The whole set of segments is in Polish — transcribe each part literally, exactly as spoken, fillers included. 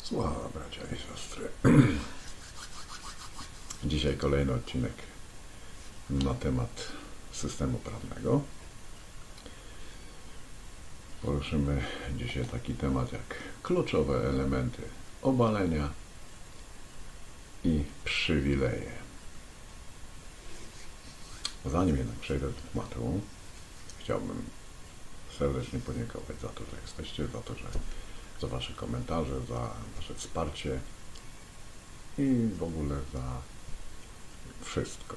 Sława bracia i siostry. Dzisiaj kolejny odcinek na temat systemu prawnego. Poruszymy dzisiaj taki temat jak kluczowe elementy obalenia i przywileje. Zanim jednak przejdę do tematu, chciałbym serdecznie podziękować za to, że jesteście, za to, że za Wasze komentarze, za Wasze wsparcie i w ogóle za wszystko.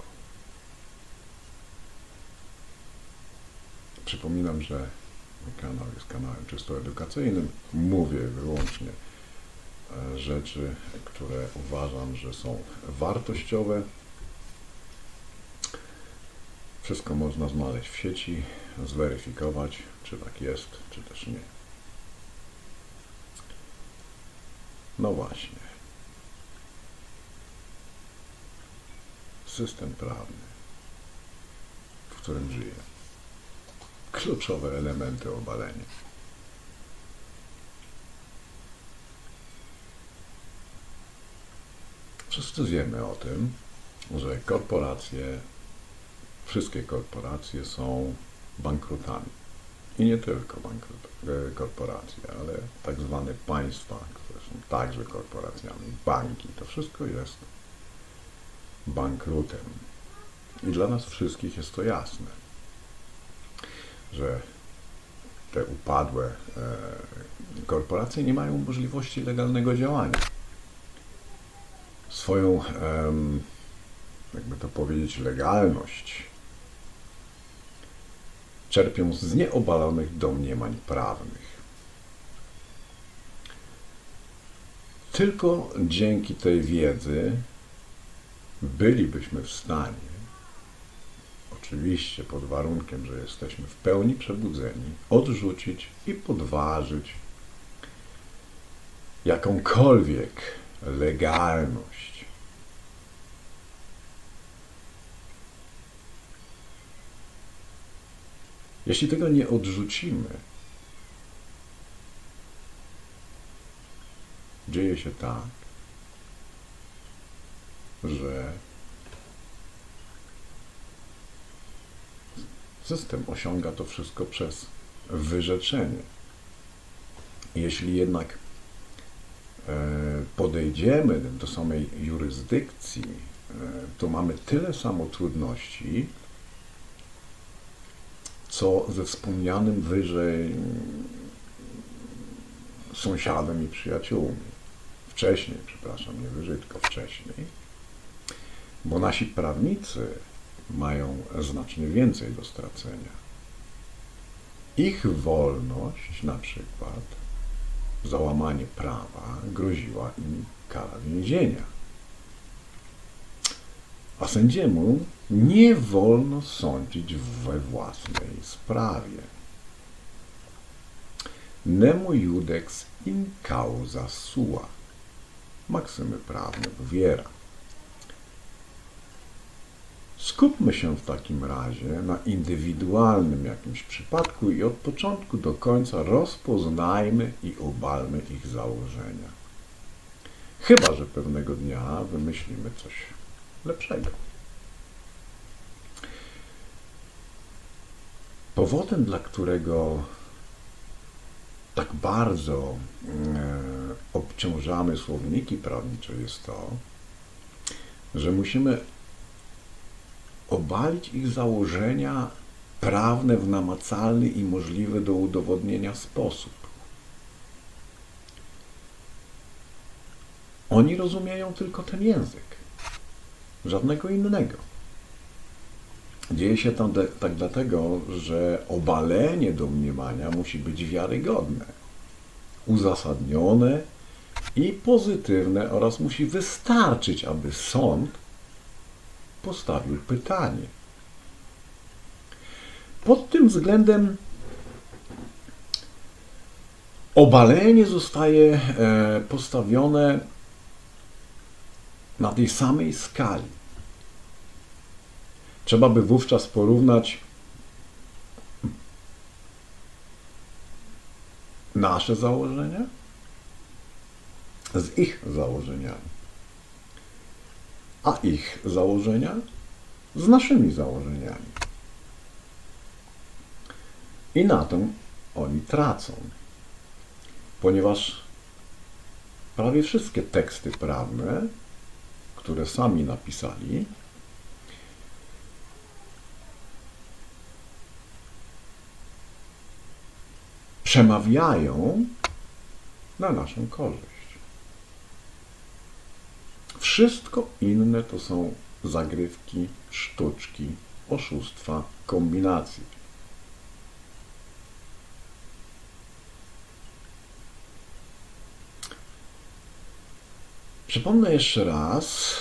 Przypominam, że mój kanał jest kanałem czysto edukacyjnym. Mówię wyłącznie rzeczy, które uważam, że są wartościowe. Wszystko można znaleźć w sieci, zweryfikować, czy tak jest, czy też nie. No właśnie. System prawny, w którym żyję. Kluczowe elementy obalenia. Wszyscy wiemy o tym, że korporacje, wszystkie korporacje są bankrutami. I nie tylko bankrut, korporacje, ale tak zwane państwa, które są także korporacjami, banki, to wszystko jest bankrutem. I dla nas wszystkich jest to jasne, że te upadłe e, korporacje nie mają możliwości legalnego działania. Swoją, e, jakby to powiedzieć, legalność czerpią z nieobalonych domniemań prawnych. Tylko dzięki tej wiedzy bylibyśmy w stanie, oczywiście pod warunkiem, że jesteśmy w pełni przebudzeni, odrzucić i podważyć jakąkolwiek legalność. Jeśli tego nie odrzucimy, dzieje się tak, że system osiąga to wszystko przez wyrzeczenie. Jeśli jednak podejdziemy do samej jurysdykcji, to mamy tyle samo trudności, co ze wspomnianym wyżej sąsiadem i przyjaciółmi. Wcześniej, przepraszam, nie wyżej, tylko wcześniej. Bo nasi prawnicy mają znacznie więcej do stracenia. Ich wolność, na przykład, za łamanie prawa groziła im kara więzienia. A sędziemu nie wolno sądzić we własnej sprawie. Nemo iudex in causa sua. Maksymy prawne Bowiera. Skupmy się w takim razie na indywidualnym jakimś przypadku i od początku do końca rozpoznajmy i obalmy ich założenia. Chyba że pewnego dnia wymyślimy coś lepszego. Powodem, dla którego tak bardzo e, obciążamy słowniki prawnicze, jest to, że musimy obalić ich założenia prawne w namacalny i możliwy do udowodnienia sposób. Oni rozumieją tylko ten język, żadnego innego. Dzieje się to tak dlatego, że obalenie domniemania musi być wiarygodne, uzasadnione i pozytywne oraz musi wystarczyć, aby sąd postawił pytanie. Pod tym względem obalenie zostaje postawione na tej samej skali. Trzeba by wówczas porównać nasze założenia z ich założeniami, a ich założenia z naszymi założeniami. I na tym oni tracą, ponieważ prawie wszystkie teksty prawne, które sami napisali, przemawiają na naszą korzyść. Wszystko inne to są zagrywki, sztuczki, oszustwa, kombinacje. Przypomnę jeszcze raz,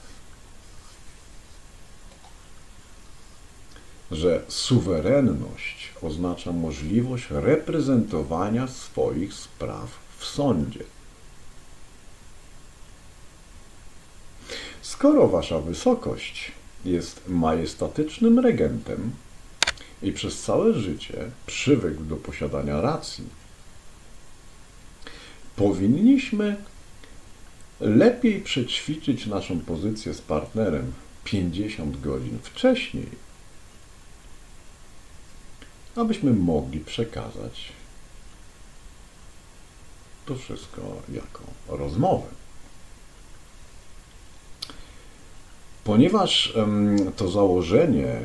że suwerenność oznacza możliwość reprezentowania swoich spraw w sądzie. Skoro wasza wysokość jest majestatycznym regentem i przez całe życie przywykł do posiadania racji, powinniśmy lepiej przećwiczyć naszą pozycję z partnerem pięćdziesiąt godzin wcześniej, abyśmy mogli przekazać to wszystko jako rozmowę. Ponieważ um, to założenie,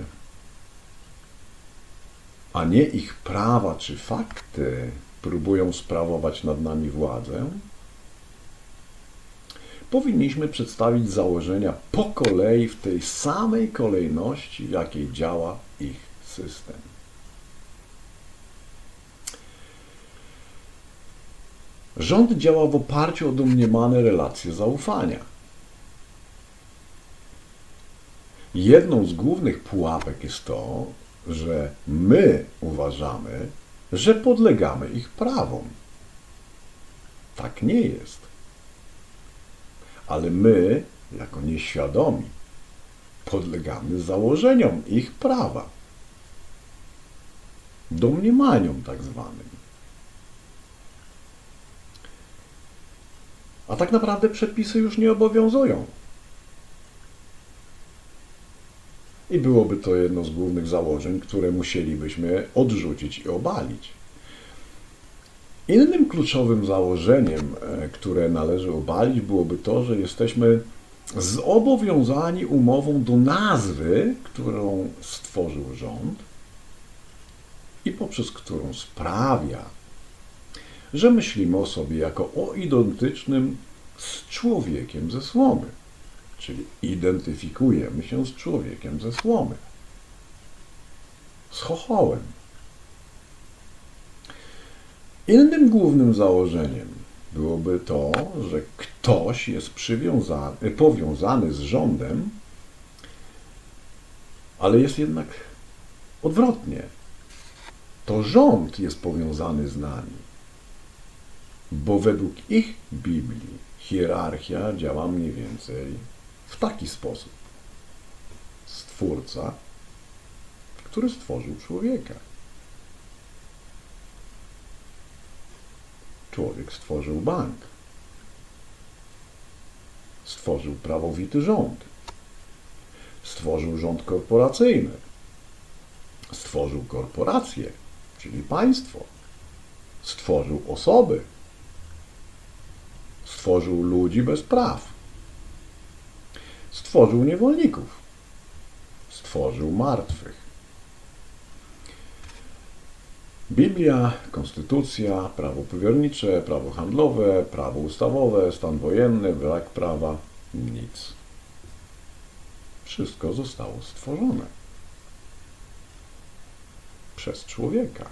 a nie ich prawa czy fakty próbują sprawować nad nami władzę, powinniśmy przedstawić założenia po kolei w tej samej kolejności, w jakiej działa ich system. Rząd działa w oparciu o domniemane relacje zaufania. Jedną z głównych pułapek jest to, że my uważamy, że podlegamy ich prawom. Tak nie jest. Ale my, jako nieświadomi, podlegamy założeniom ich prawa. Domniemaniom tak zwanym. A tak naprawdę przepisy już nie obowiązują. I byłoby to jedno z głównych założeń, które musielibyśmy odrzucić i obalić. Innym kluczowym założeniem, które należy obalić, byłoby to, że jesteśmy zobowiązani umową do nazwy, którą stworzył rząd i poprzez którą sprawia, że myślimy o sobie jako o identycznym z człowiekiem ze słomy. Czyli identyfikujemy się z człowiekiem ze słomy, z chochołem. Innym głównym założeniem byłoby to, że ktoś jest przywiązany, powiązany z rządem, ale jest jednak odwrotnie. To rząd jest powiązany z nami, bo według ich Biblii hierarchia działa mniej więcej w taki sposób. Stwórca, który stworzył człowieka. Człowiek stworzył bank. Stworzył prawowity rząd. Stworzył rząd korporacyjny. Stworzył korporacje, czyli państwo. Stworzył osoby. Stworzył ludzi bez praw. Stworzył niewolników. Stworzył martwych. Biblia, konstytucja, prawo powiernicze, prawo handlowe, prawo ustawowe, stan wojenny, brak prawa, nic. Wszystko zostało stworzone przez człowieka.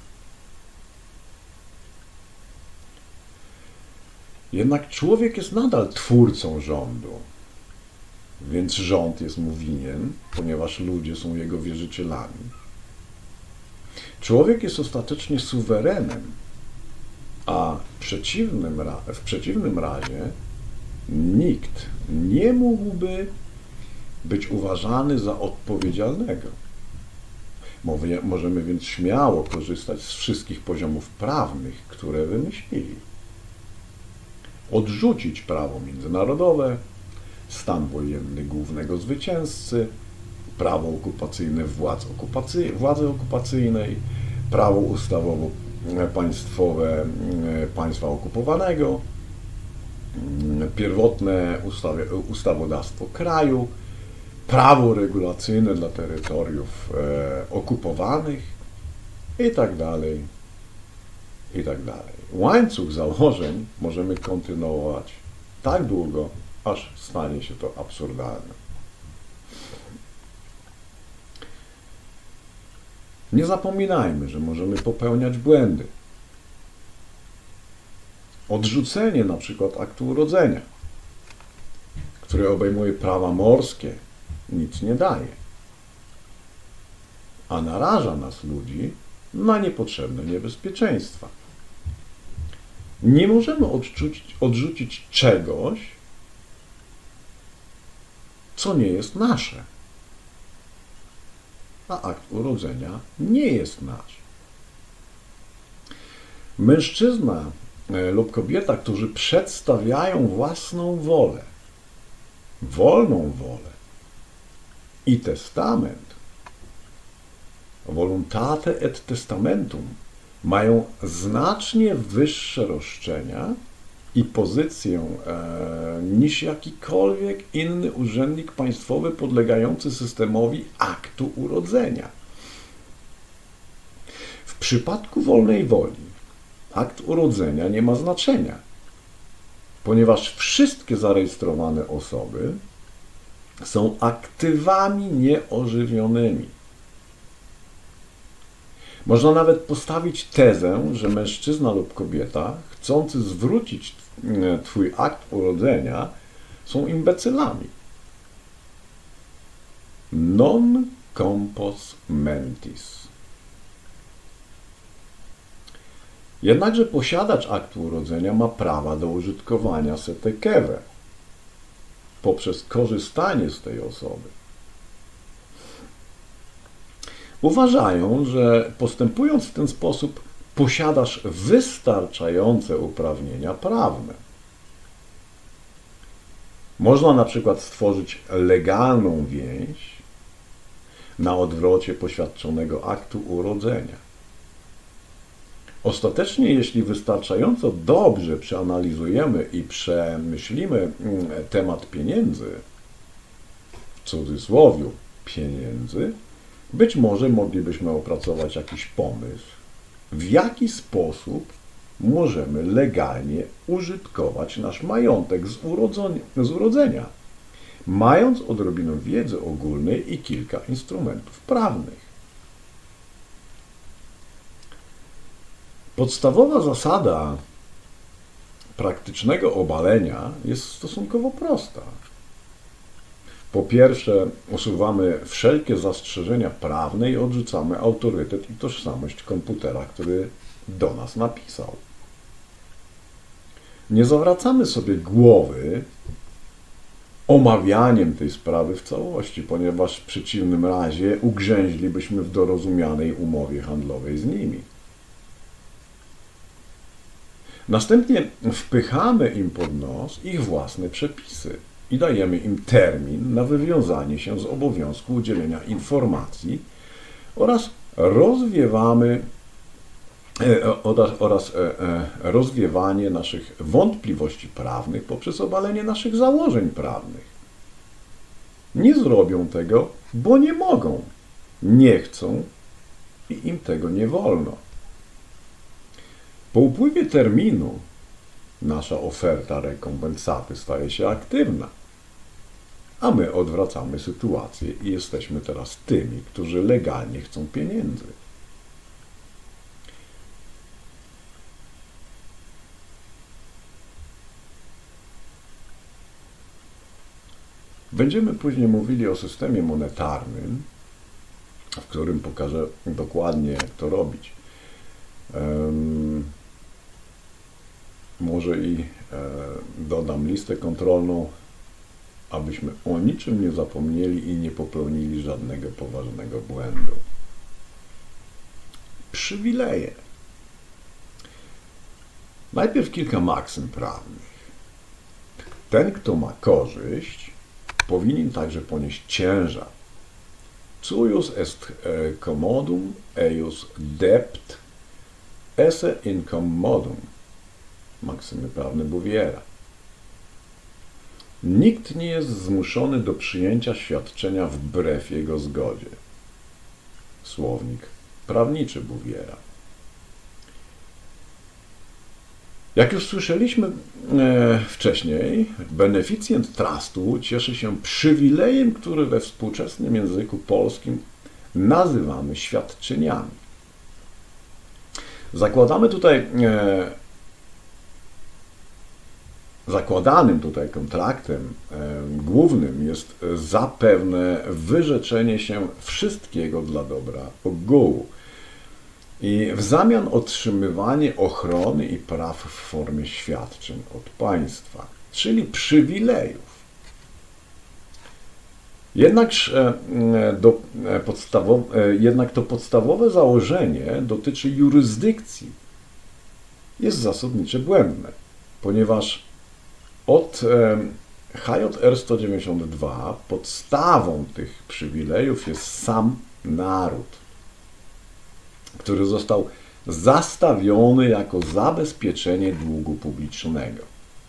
Jednak człowiek jest nadal twórcą rządu, więc rząd jest mu winien, ponieważ ludzie są jego wierzycielami. Człowiek jest ostatecznie suwerenem, a w przeciwnym, w przeciwnym razie nikt nie mógłby być uważany za odpowiedzialnego. Możemy więc śmiało korzystać z wszystkich poziomów prawnych, które wymyślili. odrzucić prawo międzynarodowe, stan wojenny głównego zwycięzcy, prawo okupacyjne władz okupacy, władzy okupacyjnej, prawo ustawowo-państwowe państwa okupowanego, pierwotne ustawie, ustawodawstwo kraju, prawo regulacyjne dla terytoriów e, okupowanych i tak dalej, i tak dalej. Łańcuch założeń możemy kontynuować tak długo, aż stanie się to absurdalne. Nie zapominajmy, że możemy popełniać błędy. Odrzucenie na przykład aktu urodzenia, które obejmuje prawa morskie, nic nie daje, a naraża nas, ludzi, na niepotrzebne niebezpieczeństwa. Nie możemy odrzucić, odrzucić czegoś, co nie jest nasze. A akt urodzenia nie jest nasz. Mężczyzna lub kobieta, którzy przedstawiają własną wolę, wolną wolę i testament, voluntate et testamentum, mają znacznie wyższe roszczenia i pozycję e, niż jakikolwiek inny urzędnik państwowy podlegający systemowi aktu urodzenia. W przypadku wolnej woli akt urodzenia nie ma znaczenia, ponieważ wszystkie zarejestrowane osoby są aktywami nieożywionymi. Można nawet postawić tezę, że mężczyzna lub kobieta, chcący zwrócić Twój akt urodzenia, są imbecylami. Non compos mentis. Jednakże posiadacz aktu urodzenia ma prawa do użytkowania setekeve poprzez korzystanie z tej osoby. Uważają, że postępując w ten sposób posiadasz wystarczające uprawnienia prawne. Można na przykład stworzyć legalną więź na odwrocie poświadczonego aktu urodzenia. Ostatecznie, jeśli wystarczająco dobrze przeanalizujemy i przemyślimy temat pieniędzy, w cudzysłowiu pieniędzy, być może moglibyśmy opracować jakiś pomysł, w jaki sposób możemy legalnie użytkować nasz majątek z, z urodzenia, mając odrobinę wiedzy ogólnej i kilka instrumentów prawnych. Podstawowa zasada praktycznego obalenia jest stosunkowo prosta. Po pierwsze, usuwamy wszelkie zastrzeżenia prawne i odrzucamy autorytet i tożsamość komputera, który do nas napisał. Nie zawracamy sobie głowy omawianiem tej sprawy w całości, ponieważ w przeciwnym razie ugrzęźlibyśmy w dorozumianej umowie handlowej z nimi. Następnie wpychamy im pod nos ich własne przepisy i dajemy im termin na wywiązanie się z obowiązku udzielenia informacji oraz rozwiewamy oraz, oraz rozwiewanie naszych wątpliwości prawnych poprzez obalenie naszych założeń prawnych. Nie zrobią tego, bo nie mogą, nie chcą i im tego nie wolno. Po upływie terminu nasza oferta rekompensaty staje się aktywna, a my odwracamy sytuację i jesteśmy teraz tymi, którzy legalnie chcą pieniędzy. Będziemy później mówili o systemie monetarnym, w którym pokażę dokładnie, jak to robić. Um, może i e, dodam listę kontrolną, abyśmy o niczym nie zapomnieli i nie popełnili żadnego poważnego błędu. Przywileje. Najpierw kilka maksym prawnych. ten, kto ma korzyść, powinien także ponieść ciężar. Cuius est commodum, eius debt, esse incommodum. Maksymy prawne Bouviera. Nikt nie jest zmuszony do przyjęcia świadczenia wbrew jego zgodzie. Słownik prawniczy Bouviera. Jak już słyszeliśmy e, wcześniej, beneficjent trustu cieszy się przywilejem, który we współczesnym języku polskim nazywamy świadczeniami. Zakładamy tutaj, e, zakładanym tutaj kontraktem e, głównym jest zapewne wyrzeczenie się wszystkiego dla dobra ogółu i w zamian otrzymywanie ochrony i praw w formie świadczeń od państwa, czyli przywilejów. Jednakż, do, podstawowe, jednak to podstawowe założenie dotyczy jurysdykcji. Jest zasadniczo błędne, ponieważ od H J R sto dziewięćdziesiąt dwa podstawą tych przywilejów jest sam naród, który został zastawiony jako zabezpieczenie długu publicznego.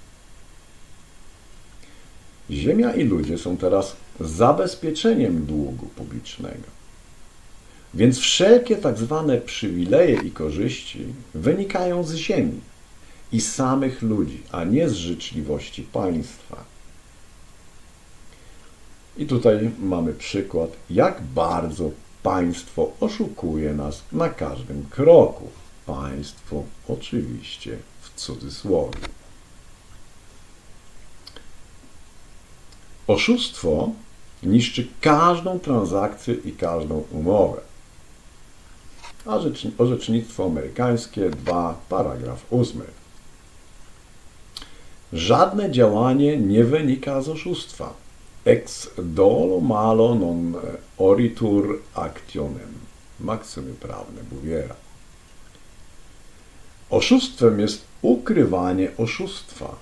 Ziemia i ludzie są teraz zabezpieczeniem długu publicznego. Więc wszelkie tak zwane przywileje i korzyści wynikają z ziemi i samych ludzi, a nie z życzliwości państwa. I tutaj mamy przykład, jak bardzo państwo oszukuje nas na każdym kroku. Państwo oczywiście w cudzysłowie. Oszustwo niszczy każdą transakcję i każdą umowę. Orzecznictwo amerykańskie dwa, paragraf ósmy. Żadne działanie nie wynika z oszustwa. Ex dolo malo non oritur actionem. Maksymy prawne Bouviera. Oszustwem jest ukrywanie oszustwa.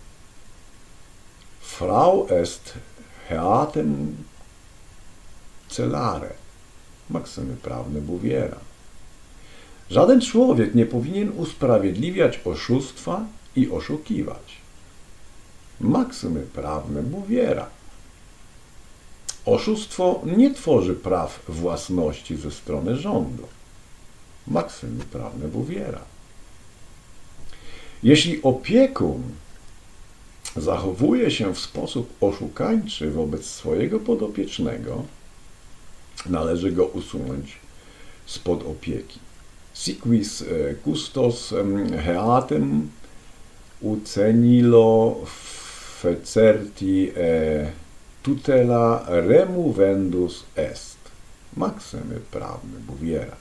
Frau est heatem celare. Maksymy prawne Bouviera. Żaden człowiek nie powinien usprawiedliwiać oszustwa i oszukiwać. Maksymy prawne Bouviera. Oszustwo nie tworzy praw własności ze strony rządu. Maksymy prawne Bouviera. Jeśli opiekun zachowuje się w sposób oszukańczy wobec swojego podopiecznego, należy go usunąć spod opieki. Si quis custos heatem ucenilo fecerti e tutela removendus est. Maksymy prawne Bouviera.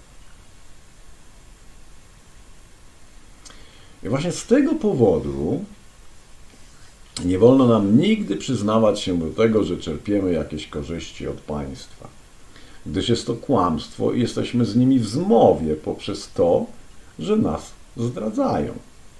I właśnie z tego powodu nie wolno nam nigdy przyznawać się do tego, że czerpiemy jakieś korzyści od państwa, gdyż jest to kłamstwo i jesteśmy z nimi w zmowie poprzez to, że nas zdradzają.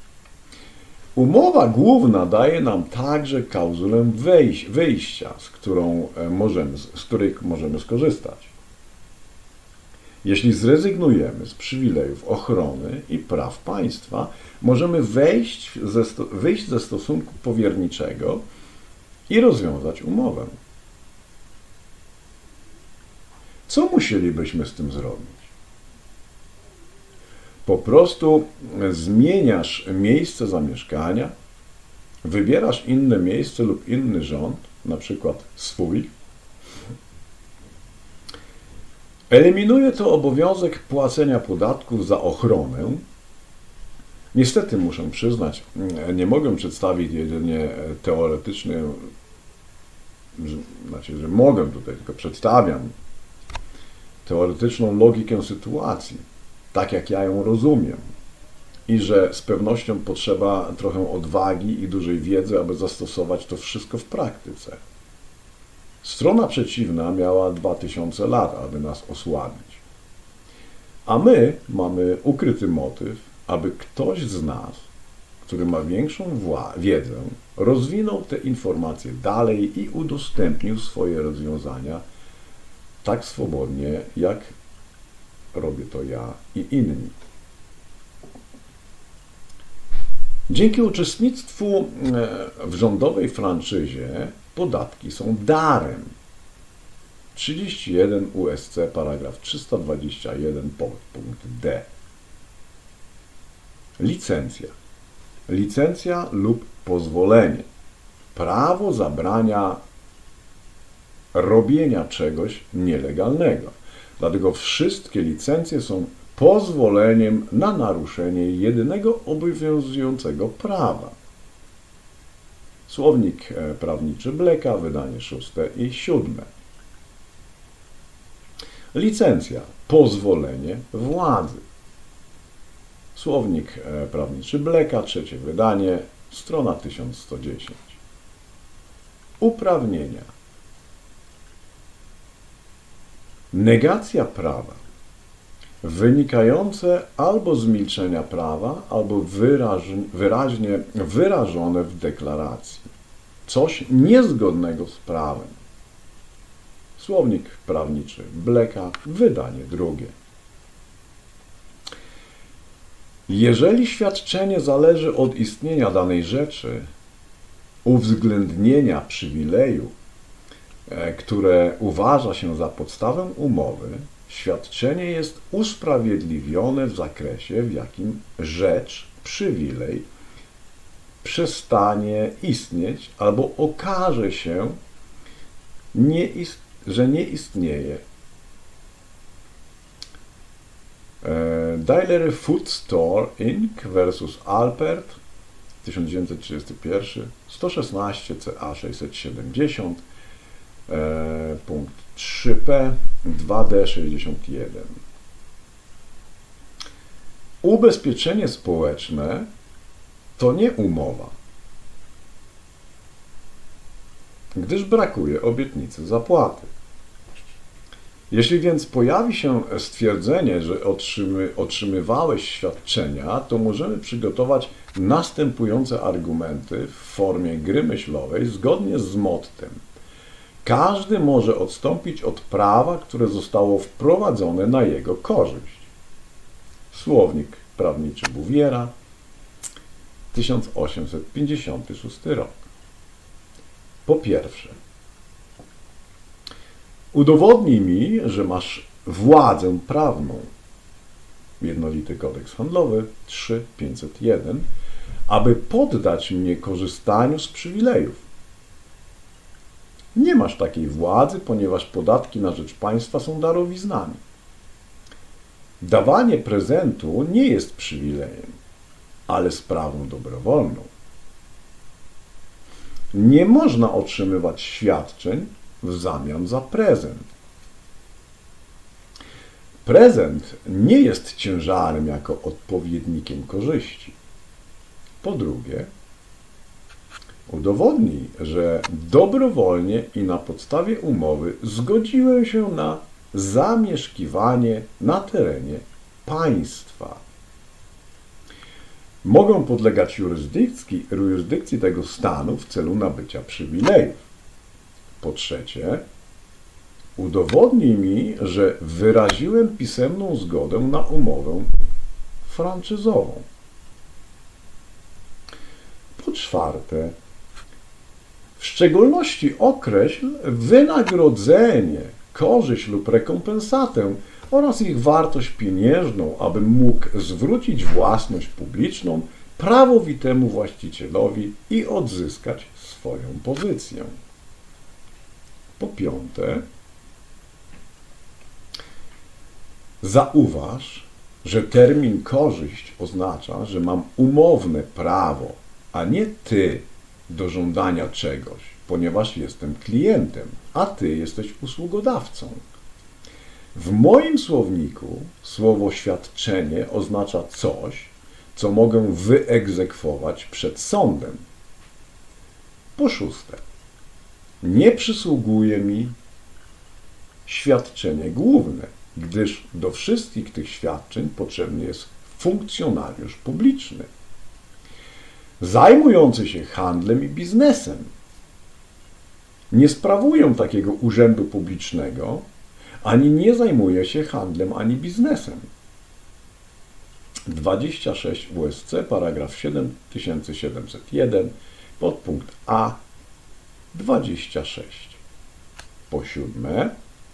Umowa główna daje nam także klauzulę wyjścia, z, którą możemy, z której możemy skorzystać. Jeśli zrezygnujemy z przywilejów ochrony i praw państwa, możemy wejść ze, wyjść ze stosunku powierniczego i rozwiązać umowę. Co musielibyśmy z tym zrobić? Po prostu zmieniasz miejsce zamieszkania, wybierasz inne miejsce lub inny rząd, na przykład swój. Eliminuje to obowiązek płacenia podatków za ochronę. Niestety muszę przyznać, nie mogę przedstawić jedynie teoretyczny, znaczy, że mogę tutaj, tylko przedstawiam teoretyczną logikę sytuacji, tak jak ja ją rozumiem. I że z pewnością potrzeba trochę odwagi i dużej wiedzy, aby zastosować to wszystko w praktyce. Strona przeciwna miała dwa tysiące lat, aby nas osłabić. A my mamy ukryty motyw, aby ktoś z nas, który ma większą wiedzę, rozwinął te informacje dalej i udostępnił swoje rozwiązania tak swobodnie, jak robię to ja i inni. Dzięki uczestnictwu w rządowej franczyzie podatki są darem. trzydzieści jeden U S C, paragraf trzysta dwadzieścia jeden, punkt D. Licencja. Licencja lub pozwolenie. Prawo zabrania robienia czegoś nielegalnego. Dlatego wszystkie licencje są pozwoleniem na naruszenie jedynego obowiązującego prawa. Słownik prawniczy Bleka, wydanie szóste i siódme. Licencja, pozwolenie władzy. Słownik prawniczy Bleka, trzecie wydanie, strona tysiąc sto dziesięć. Uprawnienia. Negacja prawa. Wynikające albo z milczenia prawa, albo wyraźnie, wyraźnie wyrażone w deklaracji. Coś niezgodnego z prawem. Słownik prawniczy Bleka, wydanie drugie. Jeżeli świadczenie zależy od istnienia danej rzeczy, uwzględnienia przywileju, które uważa się za podstawę umowy, świadczenie jest usprawiedliwione w zakresie, w jakim rzecz, przywilej przestanie istnieć albo okaże się, nie ist, że nie istnieje. Dailere Food Store Incorporated versus Alpert, tysiąc dziewięćset trzydziesty pierwszy, sto szesnaście C A sześćset siedemdziesiąt, punkt trzy P, dwa D sześćdziesiąt jeden. Ubezpieczenie społeczne to nie umowa, gdyż brakuje obietnicy zapłaty. Jeśli więc pojawi się stwierdzenie, że otrzymy, otrzymywałeś świadczenia, to możemy przygotować następujące argumenty w formie gry myślowej zgodnie z mottem. Każdy może odstąpić od prawa, które zostało wprowadzone na jego korzyść. Słownik prawniczy Bouviera, tysiąc osiemset pięćdziesiąty szósty rok. Po pierwsze, udowodnij mi, że masz władzę prawną. Jednolity kodeks handlowy trzy tysiące pięćset jeden, aby poddać mnie korzystaniu z przywilejów. Nie masz takiej władzy, ponieważ podatki na rzecz państwa są darowiznami. Dawanie prezentu nie jest przywilejem, ale sprawą dobrowolną. Nie można otrzymywać świadczeń w zamian za prezent. Prezent nie jest ciężarem jako odpowiednikiem korzyści. Po drugie, udowodnij, że dobrowolnie i na podstawie umowy zgodziłem się na zamieszkiwanie na terenie państwa. Mogą podlegać jurysdykcji, jurysdykcji tego stanu w celu nabycia przywilejów. Po trzecie, udowodnij mi, że wyraziłem pisemną zgodę na umowę franczyzową. Po czwarte, w szczególności określ wynagrodzenie, korzyść lub rekompensatę oraz ich wartość pieniężną, abym mógł zwrócić własność publiczną prawowitemu właścicielowi i odzyskać swoją pozycję. Po piąte, zauważ, że termin korzyść oznacza, że mam umowne prawo, a nie ty do żądania czegoś, ponieważ jestem klientem, a ty jesteś usługodawcą. W moim słowniku słowo świadczenie oznacza coś, co mogę wyegzekwować przed sądem. Po szóste, nie przysługuje mi świadczenie główne, gdyż do wszystkich tych świadczeń potrzebny jest funkcjonariusz publiczny. zajmujący się handlem i biznesem. Nie sprawuję takiego urzędu publicznego, ani nie zajmuję się handlem, ani biznesem. dwadzieścia sześć U S C, paragraf siedem tysięcy siedemset jeden, podpunkt A dwadzieścia sześć. Po siódme,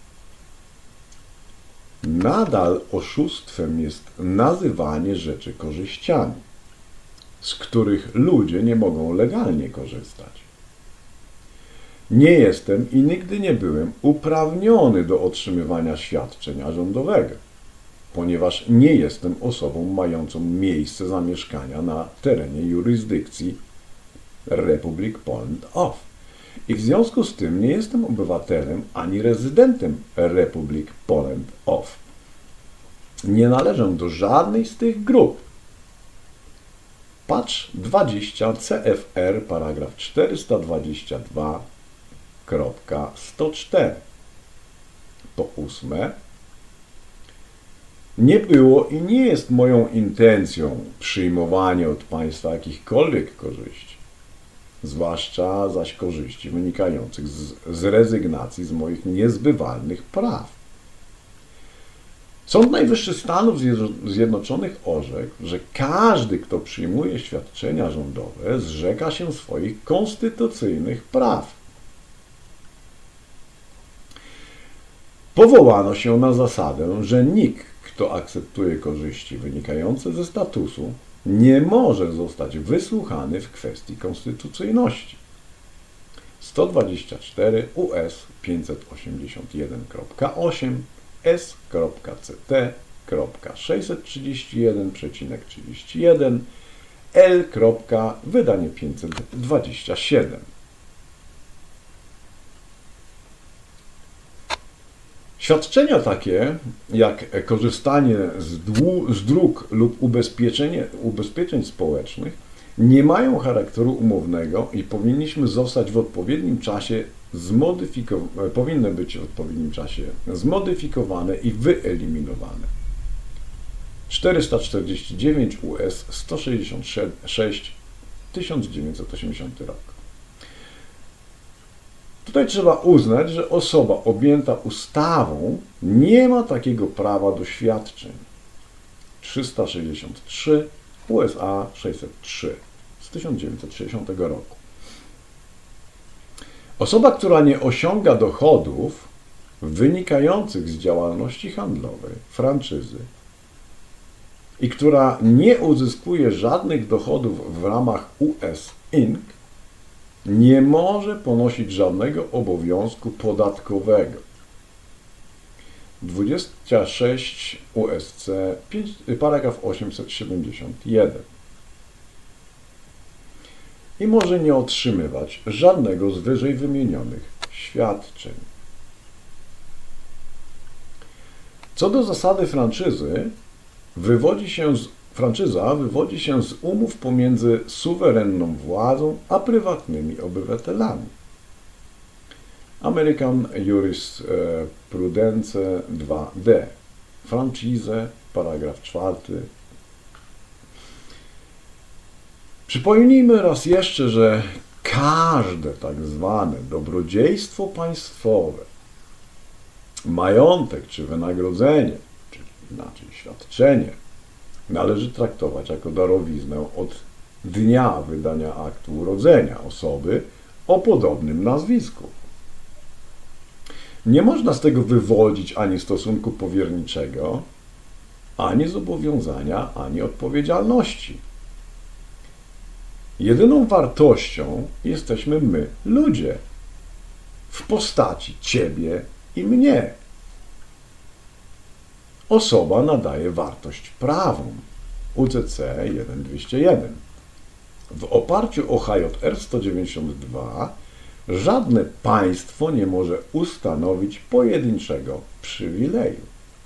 nadal oszustwem jest nazywanie rzeczy korzyściami, z których ludzie nie mogą legalnie korzystać. Nie jestem i nigdy nie byłem uprawniony do otrzymywania świadczenia rządowego, ponieważ nie jestem osobą mającą miejsce zamieszkania na terenie jurysdykcji Republic Poland of. I w związku z tym nie jestem obywatelem ani rezydentem Republic Poland of. Nie należę do żadnej z tych grup. Patrz dwadzieścia C F R, paragraf czterysta dwadzieścia dwa kropka sto cztery. Po ósme, nie było i nie jest moją intencją przyjmowanie od państwa jakichkolwiek korzyści, zwłaszcza zaś korzyści wynikających z, z rezygnacji z moich niezbywalnych praw. Sąd Najwyższy Stanów Zjednoczonych orzekł, że każdy, kto przyjmuje świadczenia rządowe, zrzeka się swoich konstytucyjnych praw. Powołano się na zasadę, że nikt, kto akceptuje korzyści wynikające ze statusu, nie może zostać wysłuchany w kwestii konstytucyjności. sto dwadzieścia cztery U S pięćset osiemdziesiąt jeden kropka osiem S C T sześćset trzydzieści jeden trzydzieści jeden L. Wydanie pięćset dwadzieścia siedem. Świadczenia takie, jak korzystanie z, dłu, z dróg lub ubezpieczenie, ubezpieczeń społecznych, nie mają charakteru umownego i powinniśmy zostać w odpowiednim czasie zmodyfikowane, powinny być w odpowiednim czasie zmodyfikowane i wyeliminowane. czterysta czterdzieści dziewięć U S sto sześćdziesiąt sześć tysiąc dziewięćset osiemdziesiąty rok. Tutaj trzeba uznać, że osoba objęta ustawą nie ma takiego prawa do świadczeń. trzysta sześćdziesiąt trzy U S A sześćset trzy z tysiąc dziewięćset sześćdziesiątego roku. Osoba, która nie osiąga dochodów wynikających z działalności handlowej, franczyzy i która nie uzyskuje żadnych dochodów w ramach U S Inc, nie może ponosić żadnego obowiązku podatkowego. dwadzieścia sześć U S C, paragraf osiemset siedemdziesiąt jeden. I może nie otrzymywać żadnego z wyżej wymienionych świadczeń. Co do zasady franczyzy, wywodzi się z Franczyza wywodzi się z umów pomiędzy suwerenną władzą a prywatnymi obywatelami. American Jurisprudence dwa D. Franchise, paragraf czwarty. Przypomnijmy raz jeszcze, że każde tak zwane dobrodziejstwo państwowe, majątek czy wynagrodzenie, czy inaczej świadczenie, należy traktować jako darowiznę od dnia wydania aktu urodzenia osoby o podobnym nazwisku. Nie można z tego wywodzić ani stosunku powierniczego, ani zobowiązania, ani odpowiedzialności. Jedyną wartością jesteśmy my, ludzie, w postaci ciebie i mnie. Osoba nadaje wartość prawom. U C C jeden dwieście jeden. W oparciu o H J R sto dziewięćdziesiąt dwa żadne państwo nie może ustanowić pojedynczego przywileju.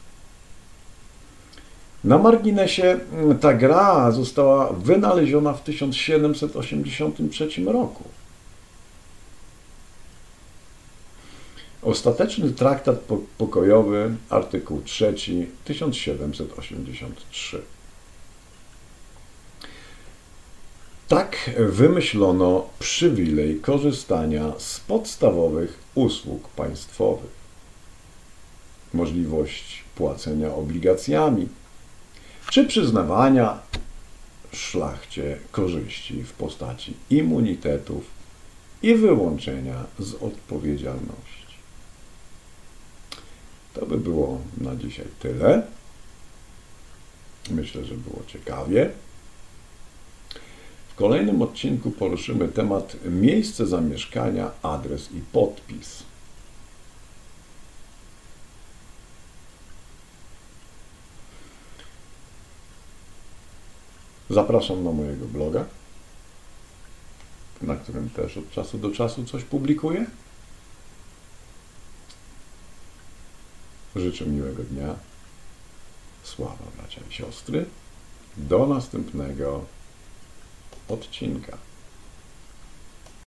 Na marginesie, ta gra została wynaleziona w tysiąc siedemset osiemdziesiątym trzecim roku. Ostateczny traktat pokojowy, artykuł trzeci, tysiąc siedemset osiemdziesiąt trzy. Tak wymyślono przywilej korzystania z podstawowych usług państwowych. Możliwość płacenia obligacjami czy przyznawania szlachcie korzyści w postaci immunitetów i wyłączenia z odpowiedzialności. To by było na dzisiaj tyle. Myślę, że było ciekawie. W kolejnym odcinku poruszymy temat miejsce zamieszkania, adres i podpis. Zapraszam na mojego bloga, na którym też od czasu do czasu coś publikuję. Życzę miłego dnia. Sława, bracia i siostry. Do następnego odcinka.